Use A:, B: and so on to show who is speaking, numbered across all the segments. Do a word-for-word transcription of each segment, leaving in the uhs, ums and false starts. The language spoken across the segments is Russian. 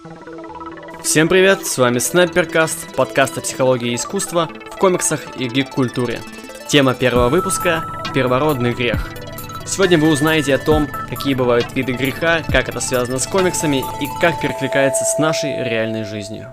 A: Всем привет, с вами Снайперкаст, подкаст о психологии и искусства в комиксах и гик-культуре. Тема первого выпуска – первородный грех. Сегодня вы узнаете о том, какие бывают виды греха, как это связано с комиксами и как перекликается с нашей реальной жизнью.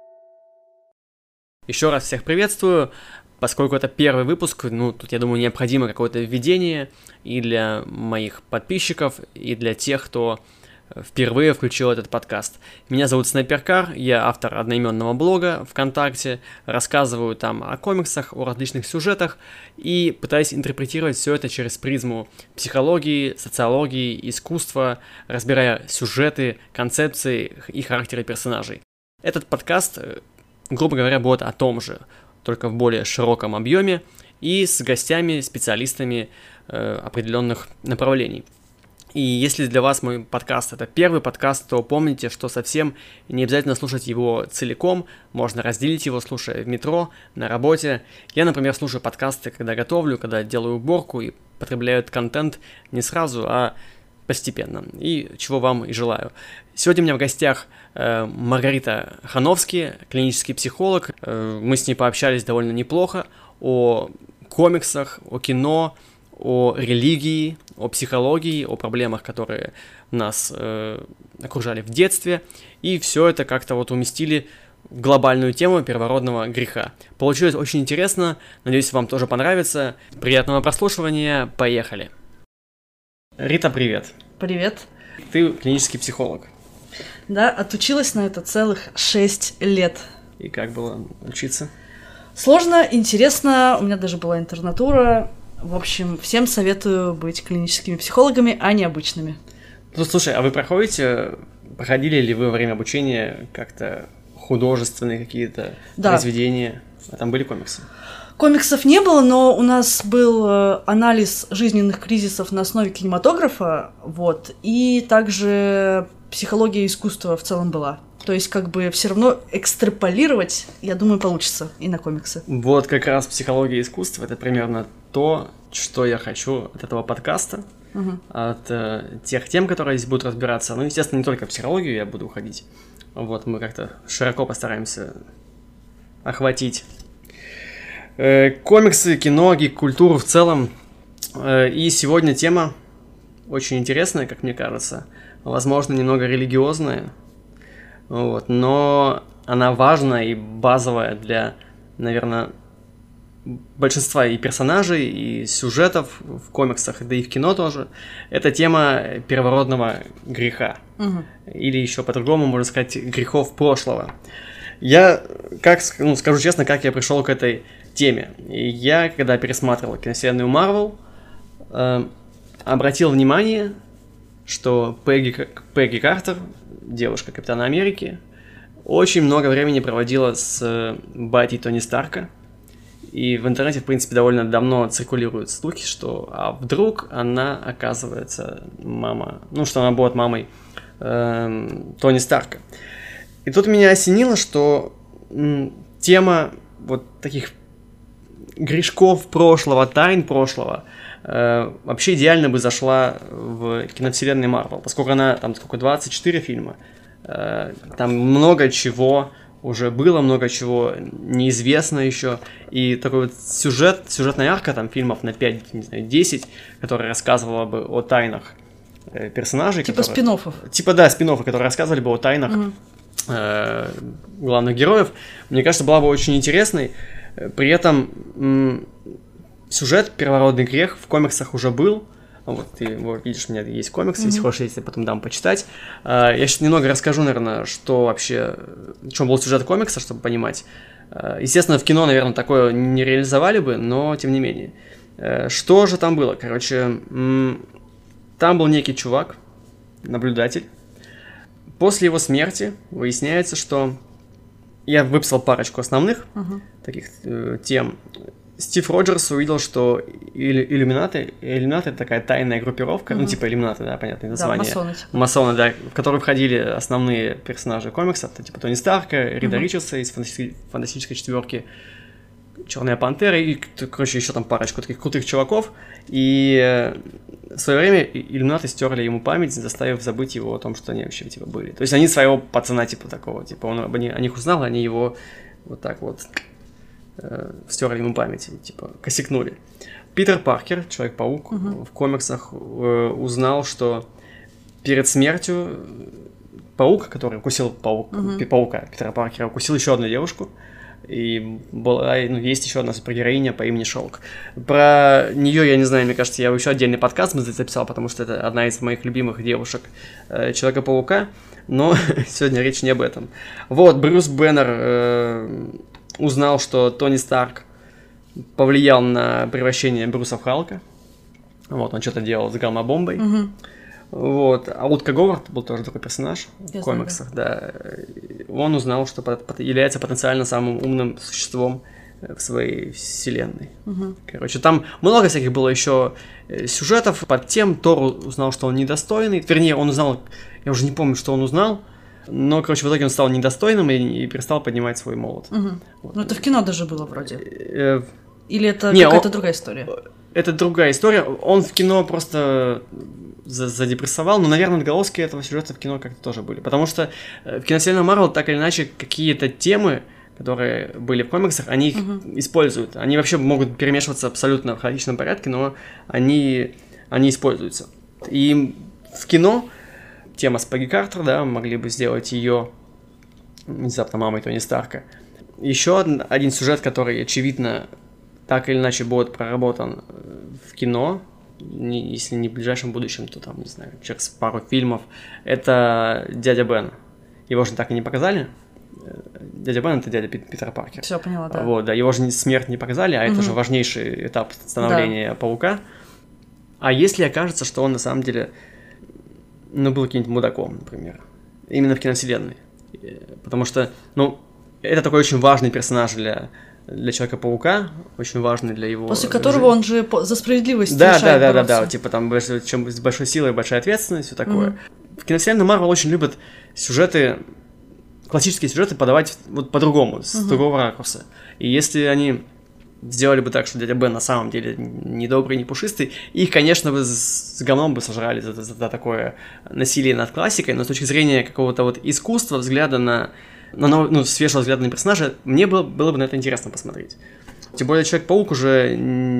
A: Еще раз всех приветствую. Поскольку это первый выпуск, ну, тут, я думаю, необходимо какое-то введение и для моих подписчиков, и для тех, кто впервые включил этот подкаст. Меня зовут Снайперкар, я автор одноименного блога ВКонтакте, рассказываю там о комиксах, о различных сюжетах и пытаюсь интерпретировать все это через призму психологии, социологии, искусства, разбирая сюжеты, концепции и характеры персонажей. Этот подкаст, грубо говоря, будет о том же, только в более широком объеме и с гостями, специалистами э, определенных направлений. И если для вас мой подкаст это первый подкаст, то помните, что совсем не обязательно слушать его целиком, можно разделить его, слушая в метро, на работе. Я, например, слушаю подкасты, когда готовлю, когда делаю уборку и потребляю этот контент не сразу, а постепенно. И чего вам и желаю. Сегодня у меня в гостях э, Маргарита Хановски, клинический психолог. Э, мы с ней пообщались довольно неплохо о комиксах, о кино, о религии, о психологии, о проблемах, которые нас э, окружали в детстве, и все это как-то вот уместили в глобальную тему первородного греха. Получилось очень интересно, надеюсь, вам тоже понравится. Приятного прослушивания, поехали! Рита, привет!
B: Привет!
A: Ты клинический психолог.
B: Да, отучилась на это целых шесть лет.
A: И как было учиться?
B: Сложно, интересно, у меня даже была интернатура. В общем, всем советую быть клиническими психологами, а не обычными.
A: Ну, слушай, а вы проходите, проходили ли вы во время обучения как-то художественные какие-то
B: да.
A: произведения? А там были комиксы?
B: Комиксов не было, но у нас был анализ жизненных кризисов на основе кинематографа, вот, и также психология искусства в целом была. То есть, как бы, все равно экстраполировать, я думаю, получится и на комиксы.
A: Вот как раз психология искусства — это примерно то, что я хочу от этого подкаста, угу. от э, тех тем, которые здесь будут разбираться. Ну, естественно, не только психологию я буду уходить. Вот, мы как-то широко постараемся охватить э, комиксы, кино, гик-культуру в целом. Э, и сегодня тема очень интересная, как мне кажется, возможно, немного религиозная. Вот, но она важная и базовая для, наверное, большинства и персонажей, и сюжетов в комиксах, да и в кино тоже. Это тема первородного греха. Угу. Или еще по-другому можно сказать, грехов прошлого. Я, как, ну, скажу честно, как я пришел к этой теме. Я, когда пересматривал киновселенную Марвел, э, обратил внимание, что Пегги, Пегги Картер, девушка Капитана Америки, очень много времени проводила с батей Тони Старка. И в интернете, в принципе, довольно давно циркулируют слухи, что а вдруг она оказывается мама, ну, что она будет мамой э, Тони Старка. И тут меня осенило, что м, тема вот таких грешков прошлого, тайн прошлого, э, вообще идеально бы зашла в киновселенной Марвел, поскольку она, там, сколько, двадцать четыре фильма, э, там много чего уже было, много чего неизвестно еще, и такой вот сюжет, сюжетная арка, там, фильмов на пять, не знаю, десять, которая рассказывала бы о тайнах э, персонажей.
B: Типа которые, спин-оффов.
A: Типа, да, спин-оффы, которые рассказывали бы о тайнах угу. э, главных героев, мне кажется, была бы очень интересной. При этом м- сюжет «Первородный грех» в комиксах уже был. Вот, ты вот, видишь, у меня есть комиксы, mm-hmm. если хочешь, я тебе потом дам почитать. Uh, я сейчас немного расскажу, наверное, что вообще, в чем был сюжет комикса, чтобы понимать. Uh, естественно, в кино, наверное, такое не реализовали бы, но тем не менее. Uh, что же там было? Короче, м- там был некий чувак, наблюдатель. После его смерти выясняется, что... Я выписал парочку основных uh-huh. таких э, тем. Стив Роджерс увидел, что иль- иллюминаты, иллюминаты — это такая тайная группировка, uh-huh. ну типа иллюминаты, да, понятное название.
B: Да, масоны. Типа.
A: Масоны, да, в которые входили основные персонажи комикса, это типа Тони Старка, Рида uh-huh. Ричардса из фантасти- фантастической четверки, Черная пантера и, короче, еще там парочку таких крутых чуваков. И в свое время иллюминаты стерли ему память, заставив забыть его о том, что они вообще типа были. То есть они своего пацана типа такого, типа он об о них узнал, они его вот так вот э, стерли ему память, типа косякнули. Питер Паркер, Человек-паук, угу. в комиксах э, узнал, что перед смертью паук, который укусил паук, угу. паука Питера Паркера, укусил еще одну девушку. И была, ну, есть еще одна супергероиня по имени Шелк. Про нее, я не знаю, мне кажется, я еще отдельный подкаст записал, потому что это одна из моих любимых девушек э, Человека-паука. Но сегодня речь не об этом. Вот, Брюс Бэннер э, узнал, что Тони Старк повлиял на превращение Брюса в Халка. Вот, он что-то делал с гамма-бомбой. Угу. Вот. А Утка Говард был тоже такой персонаж я в комиксах, знаю, да. Он узнал, что является потенциально самым умным существом в своей вселенной. Угу. Короче, там много всяких было еще сюжетов под тем. Тор узнал, что он недостойный. Вернее, он узнал, я уже не помню, что он узнал, но, короче, в итоге он стал недостойным и, и перестал поднимать свой молот. Угу. Вот.
B: Ну, это в кино даже было вроде. Или это
A: не,
B: какая-то
A: он...
B: другая история?
A: Это другая история. Он в кино просто задепрессовал, но, наверное, отголоски этого сюжета в кино как-то тоже были. Потому что в киновселенной Марвел так или иначе какие-то темы, которые были в комиксах, они их uh-huh. используют. Они вообще могут перемешиваться абсолютно в хаотичном порядке, но они, они используются. И в кино тема с Пегги Картер, да, могли бы сделать ее внезапно мамой Тони Старка. Еще один, один сюжет, который, очевидно, так или иначе будет проработан в кино, не, если не в ближайшем будущем, то там, не знаю, через пару фильмов, это Дядя Бен. Его же так и не показали. Дядя Бен — это дядя Пит, Питера Паркера.
B: Все, поняла, да.
A: Вот, да, его же смерть не показали, а угу. это же важнейший этап становления да. Паука. А если окажется, что он на самом деле, ну, был каким-нибудь мудаком, например, именно в киновселенной. Потому что, ну, это такой очень важный персонаж для... для Человека-паука, очень важный для его...
B: После которого жизни. Он же за справедливость
A: да,
B: решает
A: да, да, да, да, типа там чем, с большой силой, большая ответственность, все такое. Mm-hmm. В киновселенной Марвел очень любят сюжеты, классические сюжеты подавать вот по-другому, с mm-hmm. другого ракурса. И если они сделали бы так, что дядя Бен на самом деле не добрый, не пушистый, их, конечно, бы с говном бы сожрали за, за, за такое насилие над классикой, но с точки зрения какого-то вот искусства, взгляда на... на ну, свежего взгляда на персонажа, мне было, было бы на это интересно посмотреть. Тем более Человек-паук уже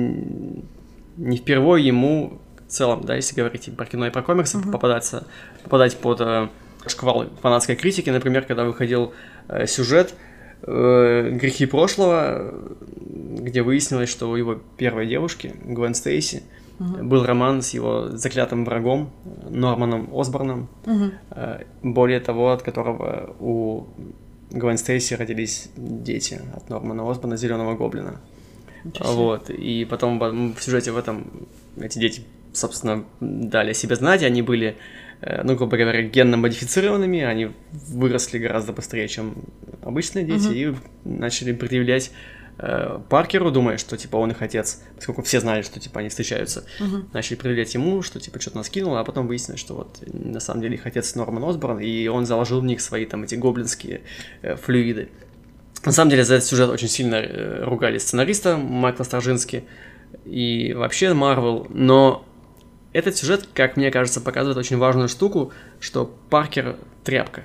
A: не впервые ему в целом, да, если говорить и про кино, и про комиксы, uh-huh. попадаться, попадать под э, шквал фанатской критики. Например, когда выходил э, сюжет э, «Грехи прошлого», где выяснилось, что у его первой девушки, Гвен Стейси, uh-huh. был роман с его заклятым врагом Норманом Осборном, uh-huh. э, более того, от которого у Гвен Стейси родились дети от Нормана Осборна, Зеленого Гоблина. Вот. И потом в сюжете в этом эти дети, собственно, дали о себе знать. Они были, ну, грубо говоря, генно модифицированными, они выросли гораздо быстрее, чем обычные дети, uh-huh. и начали предъявлять э, Паркеру, думая, что, типа, он их отец, поскольку все знали, что, типа, они встречаются, uh-huh. начали предъявлять ему, что, типа, что-то нас кинуло, а потом выяснилось, что вот на самом деле их отец Норман Осборн, и он заложил в них свои, там, эти гоблинские э, флюиды. На самом деле за этот сюжет очень сильно э, ругали сценариста Майкла Стражински и вообще Марвел, но этот сюжет, как мне кажется, показывает очень важную штуку, что Паркер тряпка.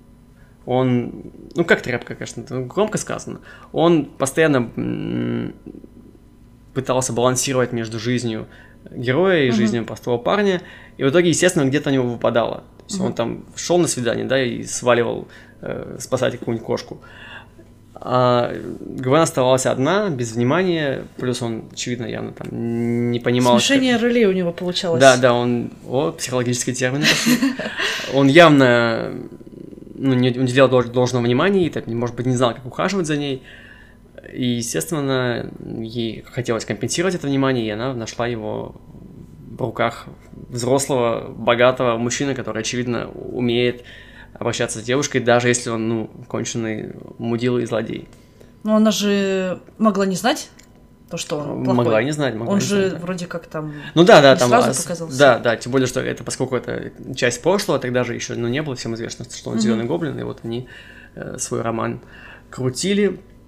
A: Он, ну как тряпка, конечно, громко сказано, он постоянно м- пытался балансировать между жизнью героя и mm-hmm. жизнью простого парня, и в итоге, естественно, где-то у него выпадало. То есть mm-hmm. он там шел на свидание, да, и сваливал э, спасать какую-нибудь кошку. А Гвен оставалась одна, без внимания, плюс он, очевидно, явно там не понимал...
B: Смешение как... ролей у него получалось.
A: Да, да, он... О, психологические термины пошли. Он явно ну, не уделял должного внимания, и, может быть, не знал, как ухаживать за ней. И, естественно, ей хотелось компенсировать это внимание, и она нашла его в руках взрослого, богатого мужчины, который, очевидно, умеет... обращаться с девушкой, даже если он, ну, конченый мудила и злодей.
B: Но она же могла не знать то, что он плохой.
A: Могла не знать, могла
B: Он
A: не
B: же
A: знать, да.
B: вроде как там
A: ну, да, да, там
B: сразу показался.
A: Да, да, тем более, что это, поскольку это часть прошлого, тогда же еще ну, не было всем известно, что он mm-hmm. зеленый гоблин, и вот они э, свой роман крутили.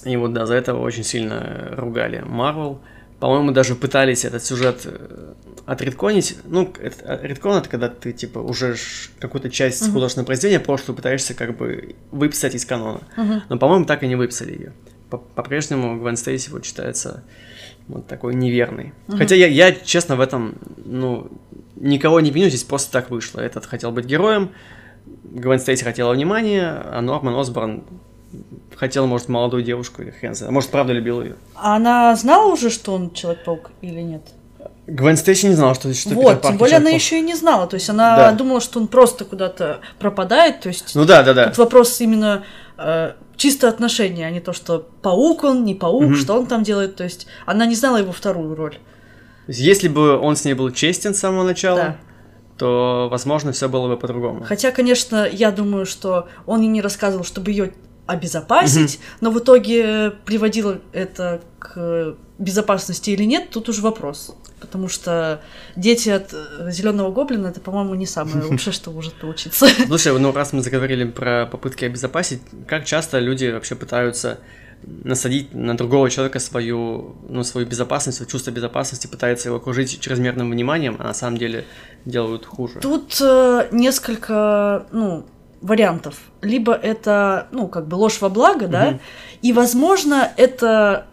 A: И вот, да, за это очень сильно ругали Marvel. По-моему, даже пытались этот сюжет отредконить. Ну, редкон — это когда ты, типа, уже какую-то часть uh-huh. художественного произведения прошлую пытаешься как бы выписать из канона. Uh-huh. Но, по-моему, так и не выписали ее. По-прежнему Гвен Стейси вот считается вот такой неверной. Uh-huh. Хотя я, я, честно, в этом, ну, никого не виню, здесь просто так вышло. Этот хотел быть героем, Гвен Стейси хотела внимания, а Норман Осборн хотел, может, молодую девушку, или хрен знает. Может, правда любил ее.
B: А она знала уже, что он Человек-паук или нет?
A: Гвен Стейси не знала, что, что
B: вот, тем более она еще и не знала. То есть она да. думала, что он просто куда-то пропадает. То есть
A: ну да, да, да.
B: Тут вопрос именно э, чисто отношения, а не то, что паук он, не паук, угу. что он там делает. То есть она не знала его вторую роль.
A: То есть, если бы он с ней был честен с самого начала, да. то, возможно, все было бы по-другому.
B: Хотя, конечно, я думаю, что он ей не рассказывал, чтобы ее обезопасить, угу. но в итоге приводило это к безопасности или нет, тут уже вопрос. Потому что дети от Зеленого Гоблина — это, по-моему, не самое лучшее, что может получиться.
A: Слушай, ну раз мы заговорили про попытки обезопасить, как часто люди вообще пытаются насадить на другого человека свою, ну, свою безопасность, свое чувство безопасности, пытаются его окружить чрезмерным вниманием, а на самом деле делают хуже?
B: Тут э, несколько, ну, вариантов. Либо это, ну, как бы ложь во благо, угу. да, и, возможно, это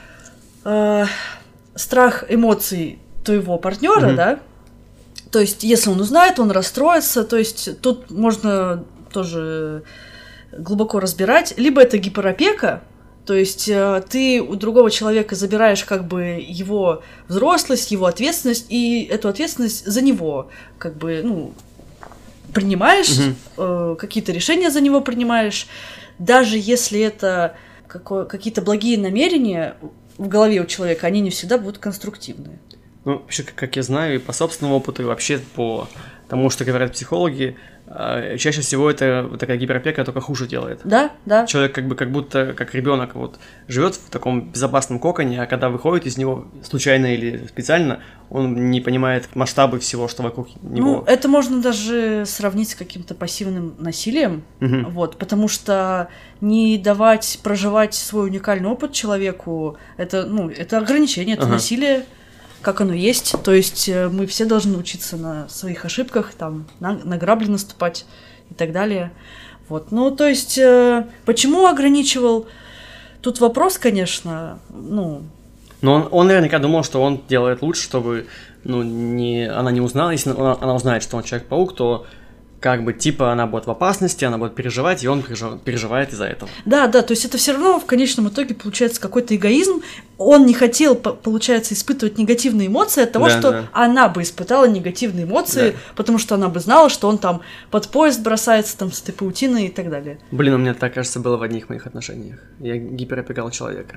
B: э, страх эмоций твоего партнера, угу. да, то есть, если он узнает, он расстроится, то есть, тут можно тоже глубоко разбирать, либо это гиперопека, то есть, э, ты у другого человека забираешь как бы его взрослость, его ответственность, и эту ответственность за него, как бы, ну, принимаешь, угу. э, какие-то решения за него принимаешь, даже если это какое, какие-то благие намерения в голове у человека, они не всегда будут конструктивные.
A: Ну, вообще, как я знаю, и по собственному опыту, и вообще по тому, что говорят психологи, чаще всего это такая гиперопека только хуже делает.
B: Да, да.
A: Человек как бы как будто как ребенок вот живет в таком безопасном коконе, а когда выходит из него случайно или специально, он не понимает масштабы всего, что вокруг него.
B: Ну, это можно даже сравнить с каким-то пассивным насилием, угу. вот, потому что не давать проживать свой уникальный опыт человеку, это, ну, это ограничение, это ага. насилие. Как оно есть, то есть мы все должны учиться на своих ошибках, там, на, на грабли наступать и так далее. Вот, ну, то есть, э, почему ограничивал? Тут вопрос, конечно, ну...
A: Но он, он наверняка думал, что он делает лучше, чтобы, ну, не, она не узнала, если она, она узнает, что он Человек-паук, то как бы, типа, она будет в опасности, она будет переживать, и он переживает из-за этого.
B: Да, да, то есть это все равно в конечном итоге получается какой-то эгоизм. Он не хотел, получается, испытывать негативные эмоции от того, да, что да. она бы испытала негативные эмоции, да. потому что она бы знала, что он там под поезд бросается, там, с этой паутиной и так далее.
A: Блин, у меня так, кажется, было в одних моих отношениях. Я гиперопекал человека.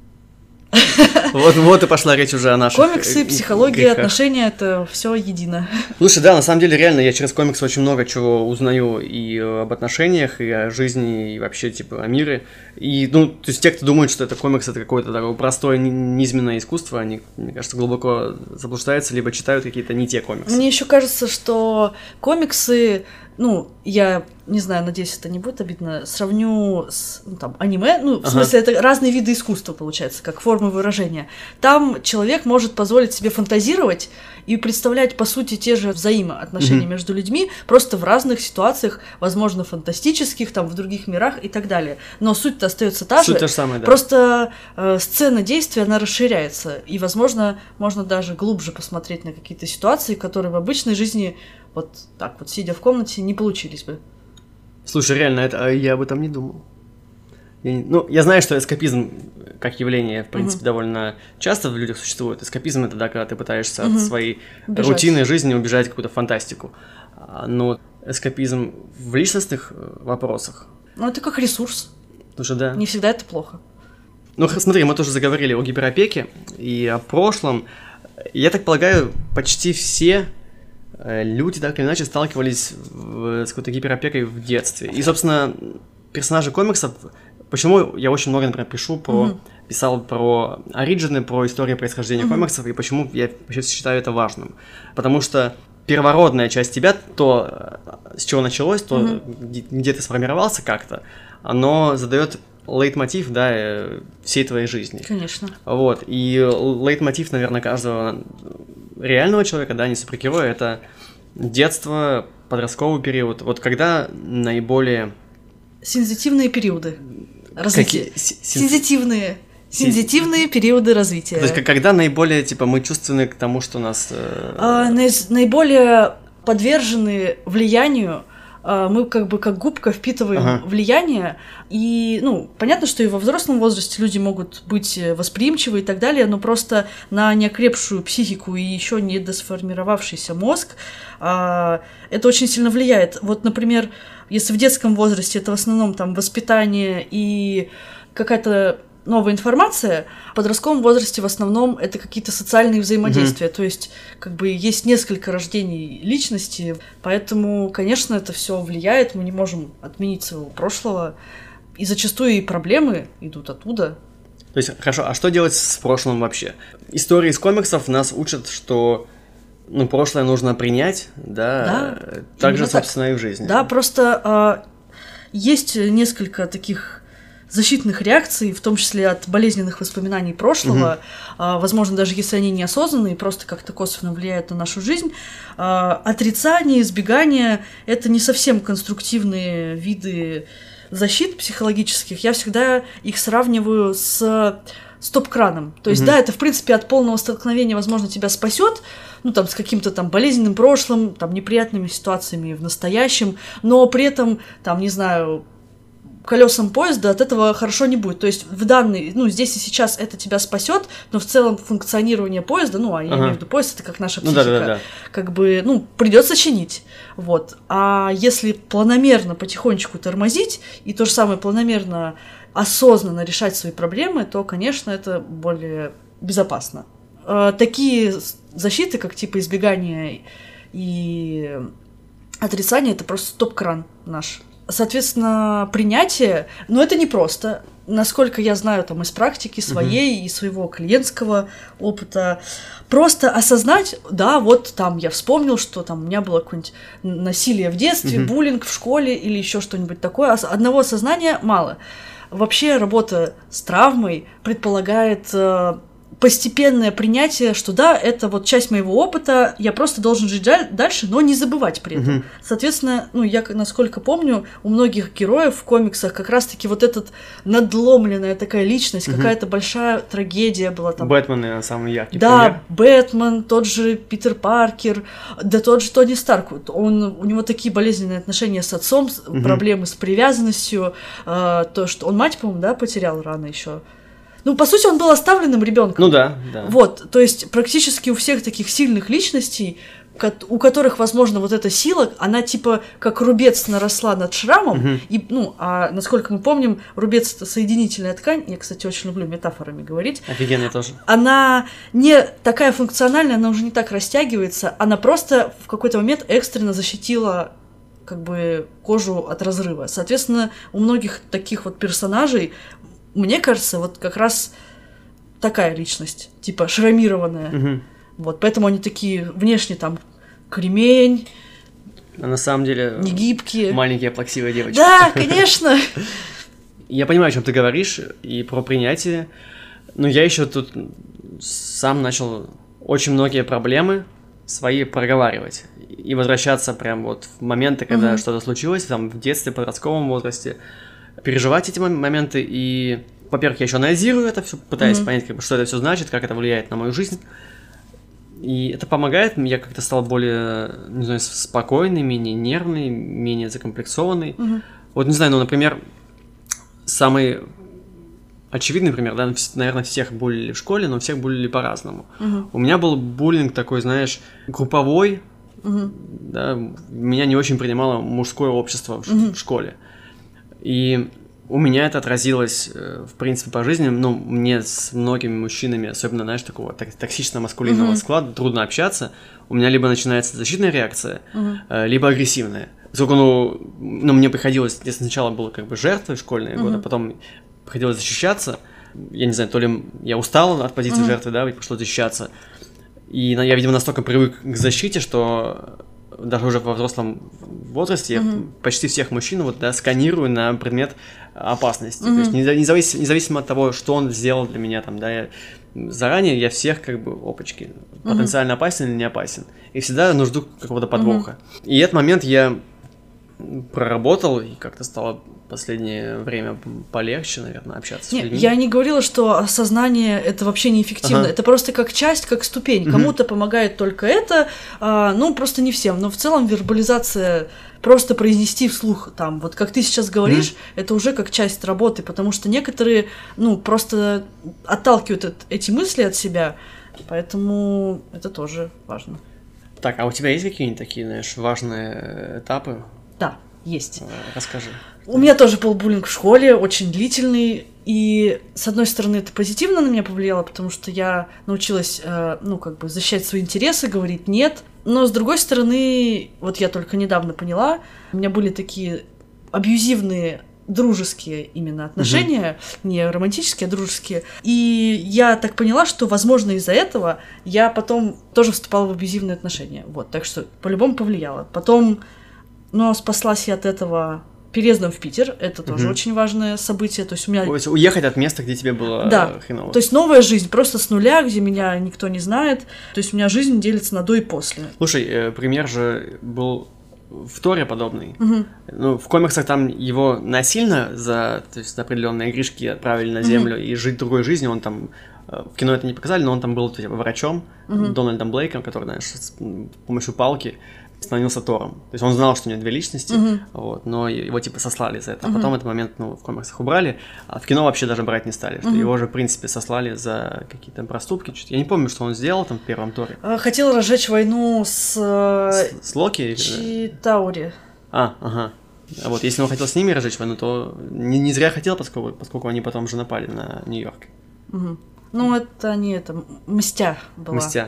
A: Вот, вот и пошла речь уже о наших
B: комиксы, психология, грехах. Отношения — это все едино.
A: Слушай, да, на самом деле, реально, я через комиксы очень много чего узнаю и об отношениях, и о жизни, и вообще, типа, о мире. И, ну, то есть те, кто думает, что это комикс, это какое-то такое простое, низменное искусство, они, мне кажется, глубоко заблуждаются, либо читают какие-то не те комиксы.
B: Мне еще кажется, что комиксы, ну, я не знаю, надеюсь, это не будет обидно, сравню с, ну, там, аниме, ну, в ага. смысле, это разные виды искусства, получается, как формы выражения. Там человек может позволить себе фантазировать и представлять, по сути, те же взаимоотношения mm-hmm. между людьми, просто в разных ситуациях, возможно, фантастических, там, в других мирах и так далее. Но суть-то остается та
A: суть
B: же,
A: та же самая, да.
B: просто э, сцена действия, она расширяется, и, возможно, можно даже глубже посмотреть на какие-то ситуации, которые в обычной жизни вот так вот, сидя в комнате, не получились бы.
A: Слушай, реально, это, я об этом не думал. Я не, ну, я знаю, что эскапизм как явление, в принципе, uh-huh. довольно часто в людях существует. Эскапизм — это, да, когда ты пытаешься uh-huh. от своей убежать. Рутинной жизни убежать в какую-то фантастику. Но эскапизм в личностных вопросах...
B: Ну, это как ресурс.
A: Слушай, да.
B: Не всегда это плохо.
A: Ну, смотри, мы тоже заговорили о гиперопеке и о прошлом. Я так полагаю, почти все... люди так или иначе сталкивались в, с какой-то гиперопекой в детстве. И, собственно, персонажи комиксов... Почему я очень много, например, пишу про... Mm-hmm. писал про оригины, про историю происхождения mm-hmm. комиксов, и почему я вообще считаю это важным. Потому что первородная часть тебя, то, с чего началось, то, mm-hmm. где, где ты сформировался как-то, оно задает лейтмотив, да, э, всей твоей жизни.
B: Конечно.
A: Вот, и лейтмотив, наверное, каждого реального человека, да, не супергероя, это детство, подростковый период. Вот когда наиболее...
B: Сензитивные периоды развития.
A: Какие?
B: Сензитивные. Сензитивные периоды развития.
A: То есть, когда наиболее, типа, мы чувственны к тому, что нас... Э...
B: А, наи- наиболее подвержены влиянию, а, мы как бы как губка впитываем ага. влияние, и, ну, понятно, что и во взрослом возрасте люди могут быть восприимчивы и так далее, но просто на неокрепшую психику и еще не досформировавшийся мозг а, это очень сильно влияет. Вот, например, если в детском возрасте это в основном там воспитание и какая-то новая информация, в подростковом возрасте в основном это какие-то социальные взаимодействия, mm-hmm. то есть как бы есть несколько рождений личности, поэтому, конечно, это все влияет, мы не можем отменить своего прошлого, и зачастую и проблемы идут оттуда.
A: То есть, хорошо, а что делать с прошлым вообще? Истории из комиксов нас учат, что ну, прошлое нужно принять, да,
B: да
A: так же, собственно, так. и в жизни.
B: Да, просто а, есть несколько таких защитных реакций, в том числе от болезненных воспоминаний прошлого, угу. а, возможно, даже если они неосознанные, просто как-то косвенно влияют на нашу жизнь. А, отрицание, избегание — это не совсем конструктивные виды защит психологических. Я всегда их сравниваю с стоп-краном. То есть, угу. да, это, в принципе, от полного столкновения, возможно, тебя спасет, ну, там, с каким-то там болезненным прошлым, там, неприятными ситуациями в настоящем, но при этом, там, не знаю, колесам поезда от этого хорошо не будет. То есть в данный, ну, здесь и сейчас это тебя спасет, но в целом функционирование поезда, ну, а я ага. имею в виду поезд, это как наша психика, ну, да, да, да. как бы, ну, придется чинить. Вот. А если планомерно потихонечку тормозить, и то же самое планомерно, осознанно решать свои проблемы, то, конечно, это более безопасно. Такие защиты, как типа избегания и отрицания, это просто стоп-кран наш. Соответственно, принятие, но это непросто. Насколько я знаю там из практики своей uh-huh. и своего клиентского опыта, просто осознать, да, вот там я вспомнил, что там у меня было какое-нибудь насилие в детстве, uh-huh. буллинг в школе или еще что-нибудь такое. Одного осознания мало. Вообще работа с травмой предполагает э, постепенное принятие, что да, это вот часть моего опыта, я просто должен жить дальше, но не забывать при этом. Mm-hmm. Соответственно, ну, я, насколько помню, у многих героев в комиксах как раз-таки вот эта надломленная такая личность, mm-hmm. какая-то большая трагедия была там.
A: Бэтмен, наверное, самый яркий
B: да,
A: пример.
B: Да, Бэтмен, тот же Питер Паркер, да тот же Тони Старк. Он, у него такие болезненные отношения с отцом, mm-hmm. проблемы с привязанностью, э, то, что он мать, по-моему, да, потерял рано еще. Ну, по сути, он был оставленным ребенком.
A: Ну да, да.
B: Вот, то есть практически у всех таких сильных личностей, у которых, возможно, вот эта сила, она типа как рубец наросла над шрамом, угу. и, ну, а насколько мы помним, рубец — это соединительная ткань, я, кстати, очень люблю метафорами говорить.
A: Офигенно тоже.
B: Она не такая функциональная, она уже не так растягивается, она просто в какой-то момент экстренно защитила как бы кожу от разрыва. Соответственно, у многих таких вот персонажей, мне кажется, вот как раз такая личность, типа шрамированная. Угу. Вот, поэтому они такие внешне там кремень.
A: А на самом деле
B: негибкие.
A: Маленькие плаксивые девочки.
B: Да, конечно.
A: Я понимаю, о чем ты говоришь, и про принятие. Но я еще тут сам начал очень многие проблемы свои проговаривать. И возвращаться прям вот в моменты, когда угу. что-то случилось, там, в детстве, в подростковом возрасте. Переживать эти моменты, и, во-первых, я еще анализирую это все, пытаюсь mm-hmm. понять, как бы, что это все значит, как это влияет на мою жизнь. И это помогает, я как-то стал более, не знаю, спокойный, менее нервный, менее закомплексованный. Mm-hmm. Вот, не знаю, ну, например, самый очевидный пример, да, наверное, всех буллили в школе, но всех буллили по-разному. Mm-hmm. У меня был буллинг такой, знаешь, групповой, mm-hmm. да, меня не очень принимало мужское общество в, mm-hmm. в школе. И у меня это отразилось, в принципе, по жизни. Ну, мне с многими мужчинами, особенно, знаешь, такого токсично-маскулинного uh-huh. склада, трудно общаться. У меня либо начинается защитная реакция, uh-huh. либо агрессивная. Поскольку, ну, ну, мне приходилось, я сначала был как бы жертвой в школьные uh-huh. годы, потом приходилось защищаться. Я не знаю, то ли я устал от позиции uh-huh. жертвы, да, и пришлось защищаться. И я, видимо, настолько привык к защите, что даже уже во взрослом возрасте mm-hmm. я почти всех мужчин вот, да, сканирую на предмет опасности. Mm-hmm. То есть независимо, независимо от того, что он сделал для меня, там, да, я, заранее я всех как бы, опачки, mm-hmm. потенциально опасен или не опасен. И всегда нужду какого-то подвоха. Mm-hmm. И этот момент я проработал, и как-то стало в последнее время полегче, наверное, общаться
B: не,
A: с людьми.
B: Я не говорила, что осознание — это вообще неэффективно. Ага. Это просто как часть, как ступень. Mm-hmm. Кому-то помогает только это, а, ну, просто не всем. Но в целом вербализация, просто произнести вслух, там, вот как ты сейчас говоришь, mm-hmm. это уже как часть работы, потому что некоторые, ну, просто отталкивают от, эти мысли от себя, поэтому это тоже важно.
A: Так, а у тебя есть какие-нибудь такие, знаешь, важные этапы?
B: Да, есть.
A: Расскажи.
B: У меня тоже был буллинг в школе, очень длительный, и, с одной стороны, это позитивно на меня повлияло, потому что я научилась, э, ну, как бы защищать свои интересы, говорить «нет», но, с другой стороны, вот я только недавно поняла, у меня были такие абьюзивные дружеские именно отношения, угу. не романтические, а дружеские. И я так поняла, что, возможно, из-за этого я потом тоже вступала в абьюзивные отношения. Вот, так что по-любому повлияло. Потом, но спаслась я от этого переездом в Питер. Это тоже угу. очень важное событие. То есть у меня...
A: То есть уехать от места, где тебе было
B: да.
A: хреново.
B: То есть новая жизнь, просто с нуля, где меня никто не знает. То есть у меня жизнь делится на до и после.
A: Слушай, э, пример же был... в Торе подобный.
B: Uh-huh.
A: Ну, в комиксах там его насильно за, то есть, за определенные грешки отправили на землю uh-huh. и жить другой жизнью. Он там в кино это не показали, но он там был типа, врачом, uh-huh. Дональдом Блейком, который, знаешь, с помощью палки становился Тором. То есть он знал, что у него две личности, uh-huh. вот, но его типа сослали за это. А uh-huh. потом этот момент ну, в комиксах убрали, а в кино вообще даже брать не стали. Что uh-huh. его же, в принципе, сослали за какие-то проступки. Я не помню, что он сделал там в первом Торе.
B: Хотел разжечь войну с...
A: С, с Локи?
B: Читаури.
A: А, ага. А вот если он хотел с ними разжечь войну, то не, не зря хотел, поскольку, поскольку они потом же напали на Нью-Йорк.
B: Угу. Ну, это не это, мстя была.
A: Мстя.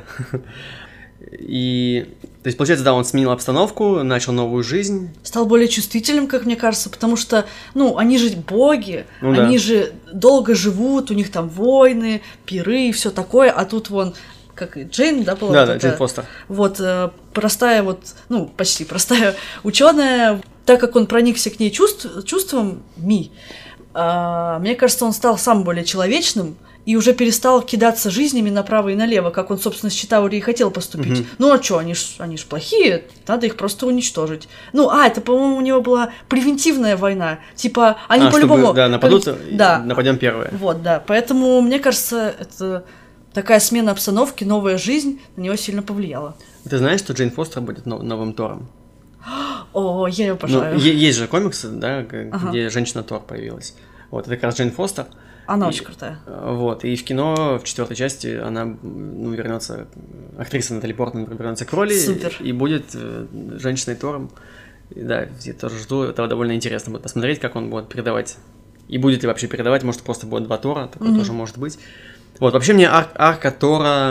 A: И, то есть, получается, да, он сменил обстановку, начал новую жизнь.
B: Стал более чувствительным, как мне кажется, потому что, ну, они же боги,
A: ну,
B: они
A: да.
B: же долго живут, у них там войны, пиры и все такое, а тут вон, как Джейн, да, была?
A: Да,
B: вот
A: да,
B: эта,
A: Джейн Фостер.
B: Вот, простая вот, ну, почти простая ученая, так как он проникся к ней чувств, чувством Ми, а, мне кажется, он стал сам более человечным, и уже перестал кидаться жизнями направо и налево, как он, собственно, с Читаури и хотел поступить. Mm-hmm. Ну а что, они ж, они ж плохие, надо их просто уничтожить. Ну, а, это, по-моему, у него была превентивная война. Типа, они
A: а,
B: по-любому...
A: Чтобы, да, нападут,
B: да.
A: нападем первые.
B: Вот, да. Поэтому, мне кажется, это такая смена обстановки, новая жизнь на него сильно повлияла.
A: Ты знаешь, что Джейн Фостер будет новым Тором?
B: О, я ее обожаю.
A: Ну, есть же комиксы, да, где
B: ага.
A: женщина-Тор появилась. Вот, это как раз Джейн Фостер.
B: Она
A: и,
B: очень крутая.
A: Вот, и в кино, в четвертой части, она, ну, вернется, актриса Натали Портман вернется к роли.
B: Супер.
A: И будет э, женщиной-Тором. И, да, я тоже жду, это довольно интересно будет посмотреть, как он будет передавать. И будет ли вообще передавать, может, просто будет два Тора, такое mm-hmm. тоже может быть. Вот, вообще мне ар- арка Тора,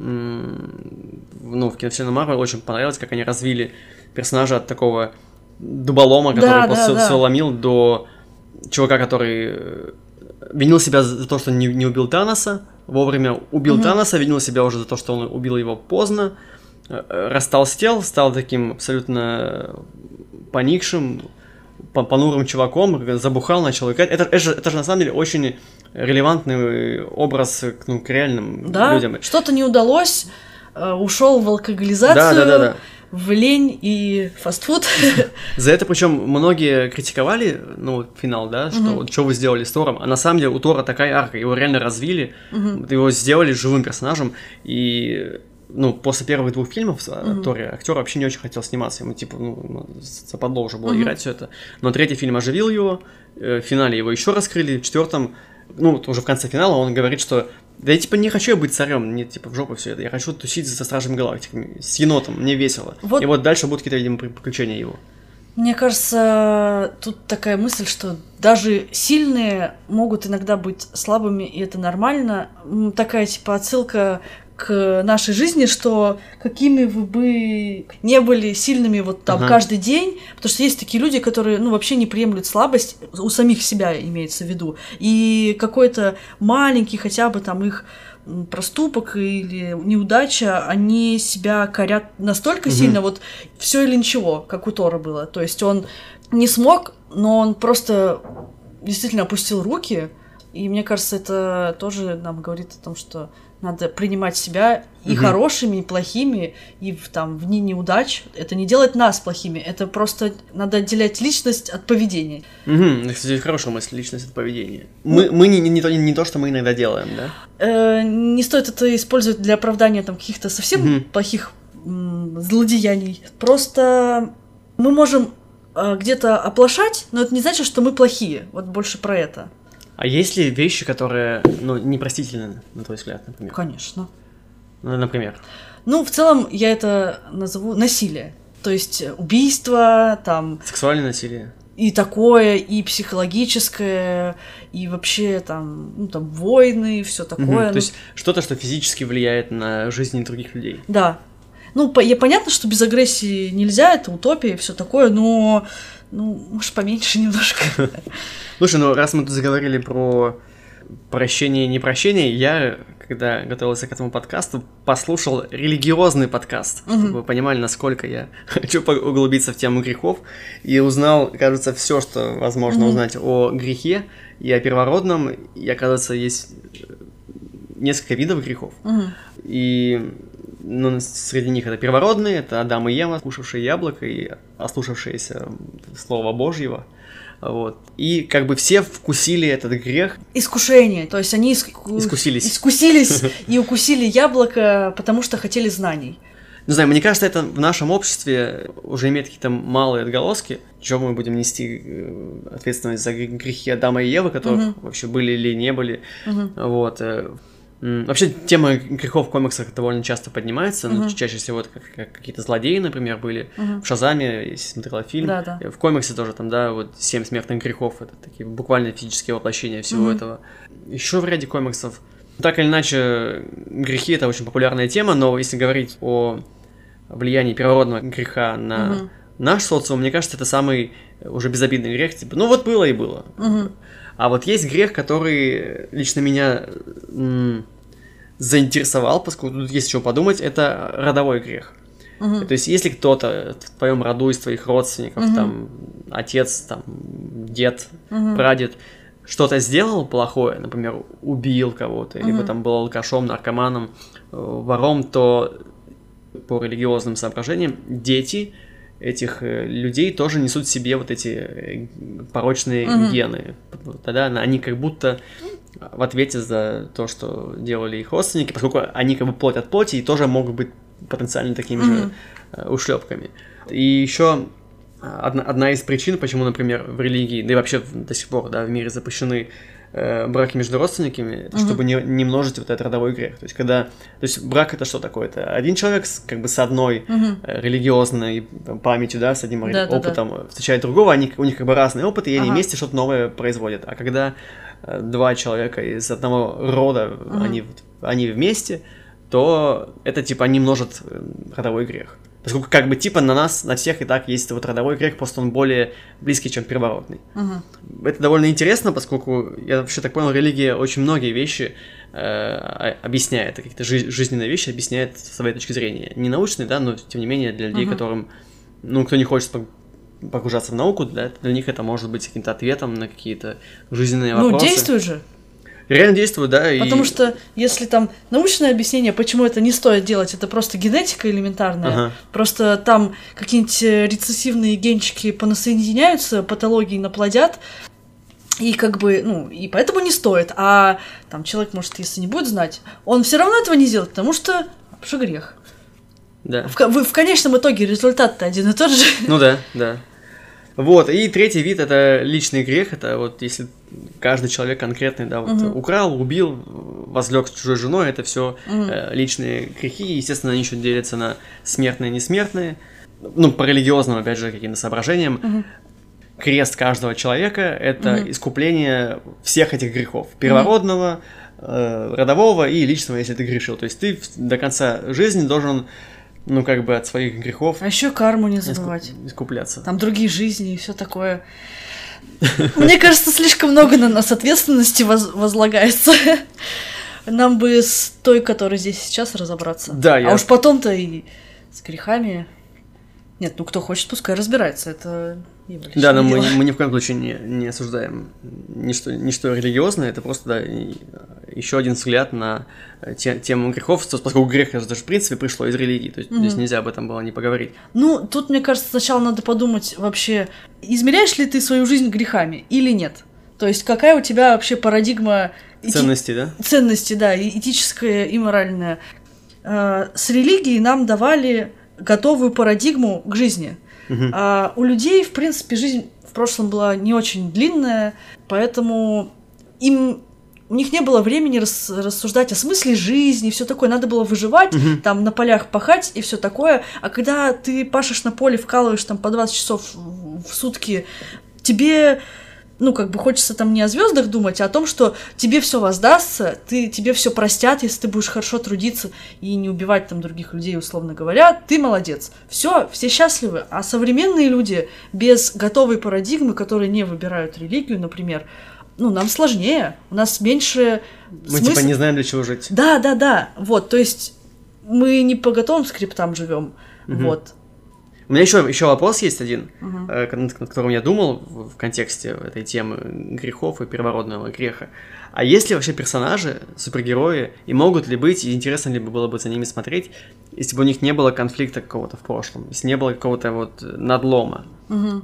A: м- ну, в киновселенной Марвел очень понравилось, как они развили персонажа от такого дуболома, который
B: да,
A: просто
B: да,
A: все
B: да.
A: ломил, до чувака, который винил себя за то, что не, не убил Таноса, вовремя убил угу. Таноса, винил себя уже за то, что он убил его поздно, растолстел, стал таким абсолютно поникшим, понурым чуваком, забухал, начал играть. Это, это, же, это же на самом деле очень релевантный образ ну, к реальным
B: да?
A: людям.
B: Что-то не удалось, ушел в алкоголизацию.
A: Да, да, да, да.
B: В лень и фастфуд.
A: За это причем многие критиковали, ну, финал, да, что вот что вы сделали с Тором, а на самом деле у Тора такая арка, его реально развили, uh-huh. его сделали живым персонажем, и, ну, после первых двух фильмов uh-huh. Торе актер вообще не очень хотел сниматься, ему, типа, ну, западло уже было uh-huh. играть все это, но третий фильм оживил его, в финале его еще раскрыли, в четвертом, ну, уже в конце финала он говорит, что да я, типа, не хочу я быть царем, мне, типа, в жопу все это. Я хочу тусить со Стражами Галактики, с енотом, мне весело. Вот. И вот дальше будут какие-то, видимо, приключения его.
B: Мне кажется, тут такая мысль, что даже сильные могут иногда быть слабыми, и это нормально. Такая, типа, отсылка к нашей жизни, что какими вы бы не были сильными вот там ага. каждый день, потому что есть такие люди, которые, ну, вообще не приемлют слабость, у самих себя имеется в виду, и какой-то маленький хотя бы там их проступок или неудача, они себя корят настолько угу. сильно, вот все или ничего, как у Тора было, то есть он не смог, но он просто действительно опустил руки, и мне кажется, это тоже нам говорит о том, что надо принимать себя и угу. хорошими, и плохими, и в, там, в дни неудач. Это не делает нас плохими, это просто надо отделять личность от поведения.
A: Угу. Кстати, хорошая мысль, личность от поведения. Мы, мы не, не, не, то, не то, что мы иногда делаем, да?
B: Э, не стоит это использовать для оправдания там, каких-то совсем угу. плохих м- злодеяний. Просто мы можем э, где-то оплошать, но это не значит, что мы плохие. Вот больше про это.
A: А есть ли вещи, которые, ну, непростительны, на твой взгляд, например?
B: Конечно.
A: Ну, например?
B: Ну, в целом, я это назову насилие. То есть убийство, там...
A: Сексуальное насилие.
B: И такое, и психологическое, и вообще там, ну, там, войны, и все такое.
A: Угу.
B: Ну...
A: То есть что-то, что физически влияет на жизнь других людей.
B: Да. Ну, по- я, понятно, что без агрессии нельзя, это утопия и все такое, но... Ну, может, поменьше немножко.
A: Слушай, ну раз мы тут заговорили про прощение и непрощение, я, когда готовился к этому подкасту, послушал религиозный подкаст, угу. чтобы вы понимали, насколько я хочу углубиться в тему грехов, и узнал, кажется, все, что возможно угу. узнать о грехе и о первородном, и, оказывается, есть несколько видов грехов. Угу. И... Ну, среди них это первородные, это Адам и Ева, кушавшие яблоко и ослушавшиеся Слова Божьего. Вот. И как бы все вкусили этот грех.
B: Искушение, то есть они иску...
A: искусились.
B: Искусились и укусили яблоко, потому что хотели знаний.
A: Не знаю, мне кажется, это в нашем обществе уже имеет какие-то малые отголоски. Чего мы будем нести ответственность за грехи Адама и Евы, которые угу. вообще были или не были. Угу. Вот. Вообще, тема грехов в комиксах довольно часто поднимается, uh-huh. но чаще всего это как, как какие-то злодеи, например, были. Uh-huh. В «Шазаме», если смотрела фильм,
B: да, да.
A: в комиксе тоже там, да, вот «Семь смертных грехов», это такие буквально физические воплощения всего uh-huh. этого. Еще в ряде комиксов. Так или иначе, грехи — это очень популярная тема, но если говорить о влиянии первородного греха на uh-huh. наш социум, мне кажется, это самый уже безобидный грех, типа, ну вот было и было. Uh-huh. А вот есть грех, который лично меня м- заинтересовал, поскольку тут есть чего подумать, это родовой грех. Uh-huh. То есть, если кто-то в твоем роду из твоих родственников, uh-huh. там, отец, там, дед, uh-huh. прадед, что-то сделал плохое, например, убил кого-то, uh-huh. либо там был алкашом, наркоманом, вором, то по религиозным соображениям дети этих людей тоже несут в себе вот эти порочные uh-huh. гены. Тогда они как будто в ответе за то, что делали их родственники, поскольку они как бы плоть от плоти и тоже могут быть потенциально такими uh-huh. же ушлепками. И еще одна, одна из причин, почему, например, в религии, да и вообще до сих пор, да, в мире запрещены э, браки между родственниками, это uh-huh. чтобы не, не множить вот этот родовой грех. То есть, когда... То есть, брак — это что такое? Это один человек с, как бы с одной uh-huh. э, религиозной памятью, да, с одним да, опытом да, да. встречает другого, они, у них как бы разные опыты, и uh-huh. они вместе что-то новое производят. А когда э, два человека из одного рода, uh-huh. они, они вместе, то это, типа, они множат родовой грех. Поскольку, как бы, типа, на нас, на всех и так есть вот родовой грех, просто он более близкий, чем первородный. Uh-huh. Это довольно интересно, поскольку, я вообще так понял, религия очень многие вещи э, объясняет, какие-то жи- жизненные вещи объясняет с своей точки зрения. Не научные, да, но, тем не менее, для людей, uh-huh. которым, ну, кто не хочет погружаться в науку, да, для них это может быть каким-то ответом на какие-то жизненные
B: ну,
A: вопросы.
B: Ну, действуй же!
A: Реально действует, да.
B: Потому
A: и...
B: что если там научное объяснение, почему это не стоит делать, это просто генетика элементарная. Ага. Просто там какие-нибудь рецессивные генчики понасоединяются, патологии наплодят, и как бы, ну, и поэтому не стоит. А там человек, может, если не будет знать, он все равно этого не сделает, потому что, потому что грех.
A: Да.
B: В, в, в конечном итоге результат-то один и тот же.
A: Ну да, да. Вот, и третий вид — это личный грех, это вот если каждый человек конкретный, да, вот uh-huh. украл, убил, возлег с чужой женой, это все uh-huh. э, личные грехи, и, естественно, они еще делятся на смертные и несмертные, ну, по религиозным, опять же, каким-то соображениям. Uh-huh. Крест каждого человека — это uh-huh. искупление всех этих грехов, первородного, uh-huh. э, родового и личного, если ты грешил, то есть ты до конца жизни должен... Ну, как бы от своих грехов.
B: А еще карму не забывать.
A: Искупляться.
B: Там другие жизни и все такое. Мне кажется, слишком много на нас ответственности воз- возлагается. Нам бы с той, которая здесь сейчас, разобраться.
A: Да, я...
B: А уж потом-то и с грехами. Нет, ну кто хочет, пускай разбирается, это его личное
A: Да, но
B: дело.
A: мы, мы ни в коем случае не, не осуждаем ничто, ничто религиозное, это просто, да, еще один взгляд на те, тему грехов, поскольку грех, это же в принципе пришло из религии, то есть mm-hmm. здесь нельзя об этом было не поговорить.
B: Ну, тут, мне кажется, сначала надо подумать вообще, измеряешь ли ты свою жизнь грехами или нет? То есть какая у тебя вообще парадигма...
A: Ценности, эти... да?
B: Ценности, да, этическая и моральная. С религией нам давали готовую парадигму к жизни. Uh-huh. А у людей, в принципе, жизнь в прошлом была не очень длинная, поэтому им у них не было времени рас, рассуждать о смысле жизни, все такое. Надо было выживать, uh-huh. там на полях пахать и все такое. А когда ты пашешь на поле, вкалываешь там по двадцать часов в сутки, тебе... Ну, как бы хочется там не о звездах думать, а о том, что тебе все воздастся, ты, тебе все простят, если ты будешь хорошо трудиться и не убивать там других людей, условно говоря, ты молодец. Все, все счастливы. А современные люди без готовой парадигмы, которые не выбирают религию, например, ну, нам сложнее, у нас меньше...
A: Мы
B: смысл...
A: типа не знаем, для чего жить.
B: Да, да, да, вот, то есть мы не по готовым скриптам живем, угу. вот.
A: У меня еще, еще вопрос есть один,
B: uh-huh.
A: э, над которым я думал в, в контексте этой темы грехов и первородного греха. А есть ли вообще персонажи, супергерои, и могут ли быть, и интересно ли было бы за ними смотреть, если бы у них не было конфликта какого-то в прошлом, если не было какого-то вот надлома?
B: Uh-huh.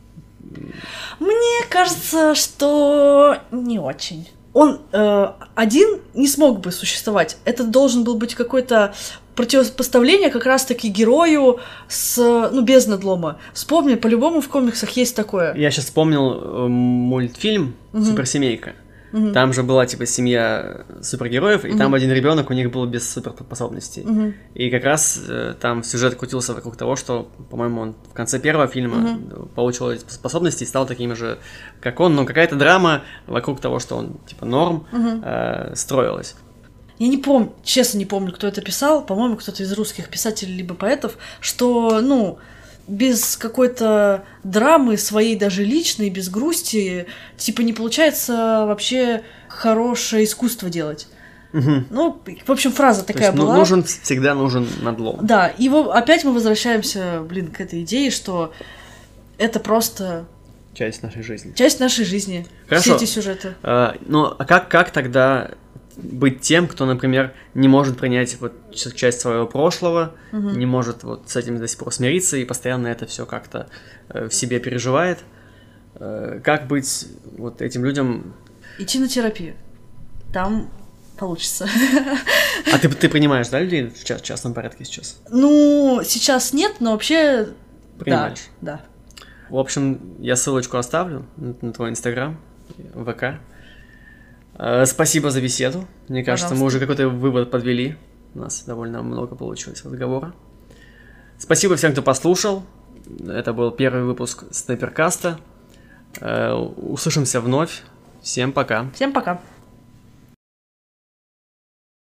B: Мне кажется, что не очень. Он э, один не смог бы существовать. Это должен был быть какой-то противопоставление как раз-таки герою с, ну, без надлома. Вспомни, по-любому в комиксах есть такое.
A: Я сейчас вспомнил э, мультфильм uh-huh. «Суперсемейка». Uh-huh. Там же была, типа, семья супергероев, и uh-huh. там один ребенок у них был без суперспособностей. Uh-huh. И как раз э, там сюжет крутился вокруг того, что, по-моему, он в конце первого фильма uh-huh. получил эти способности и стал таким же, как он. Но какая-то драма вокруг того, что он, типа, норм, uh-huh. э, строилась.
B: Я не помню, честно не помню, кто это писал, по-моему, кто-то из русских писателей либо поэтов, что, ну, без какой-то драмы своей даже личной, без грусти, типа, не получается вообще хорошее искусство делать.
A: Угу.
B: Ну, в общем, фраза такая была.
A: Нужен, всегда нужен надлом.
B: Да, и его, опять мы возвращаемся, блин, к этой идее, что это просто...
A: Часть нашей жизни.
B: Часть нашей жизни.
A: Хорошо.
B: Все эти сюжеты.
A: А, ну, а как, как тогда... быть тем, кто, например, не может принять вот часть своего прошлого, угу. не может вот с этим до сих пор смириться и постоянно это все как-то э, в себе переживает. Э, как быть вот этим людям?
B: Идти на терапию. Там получится.
A: А ты, ты принимаешь, да, людей в ча- частном порядке сейчас?
B: Ну, сейчас нет, но вообще...
A: Принимаешь?
B: Да, да.
A: В общем, я ссылочку оставлю на, на твой инстаграм, ВК. Спасибо за беседу. Мне кажется, Пожалуйста. Мы уже какой-то вывод подвели. У нас довольно много получилось разговора. Спасибо всем, кто послушал. Это был первый выпуск Снайперкаста. Услышимся вновь. Всем пока.
B: Всем пока.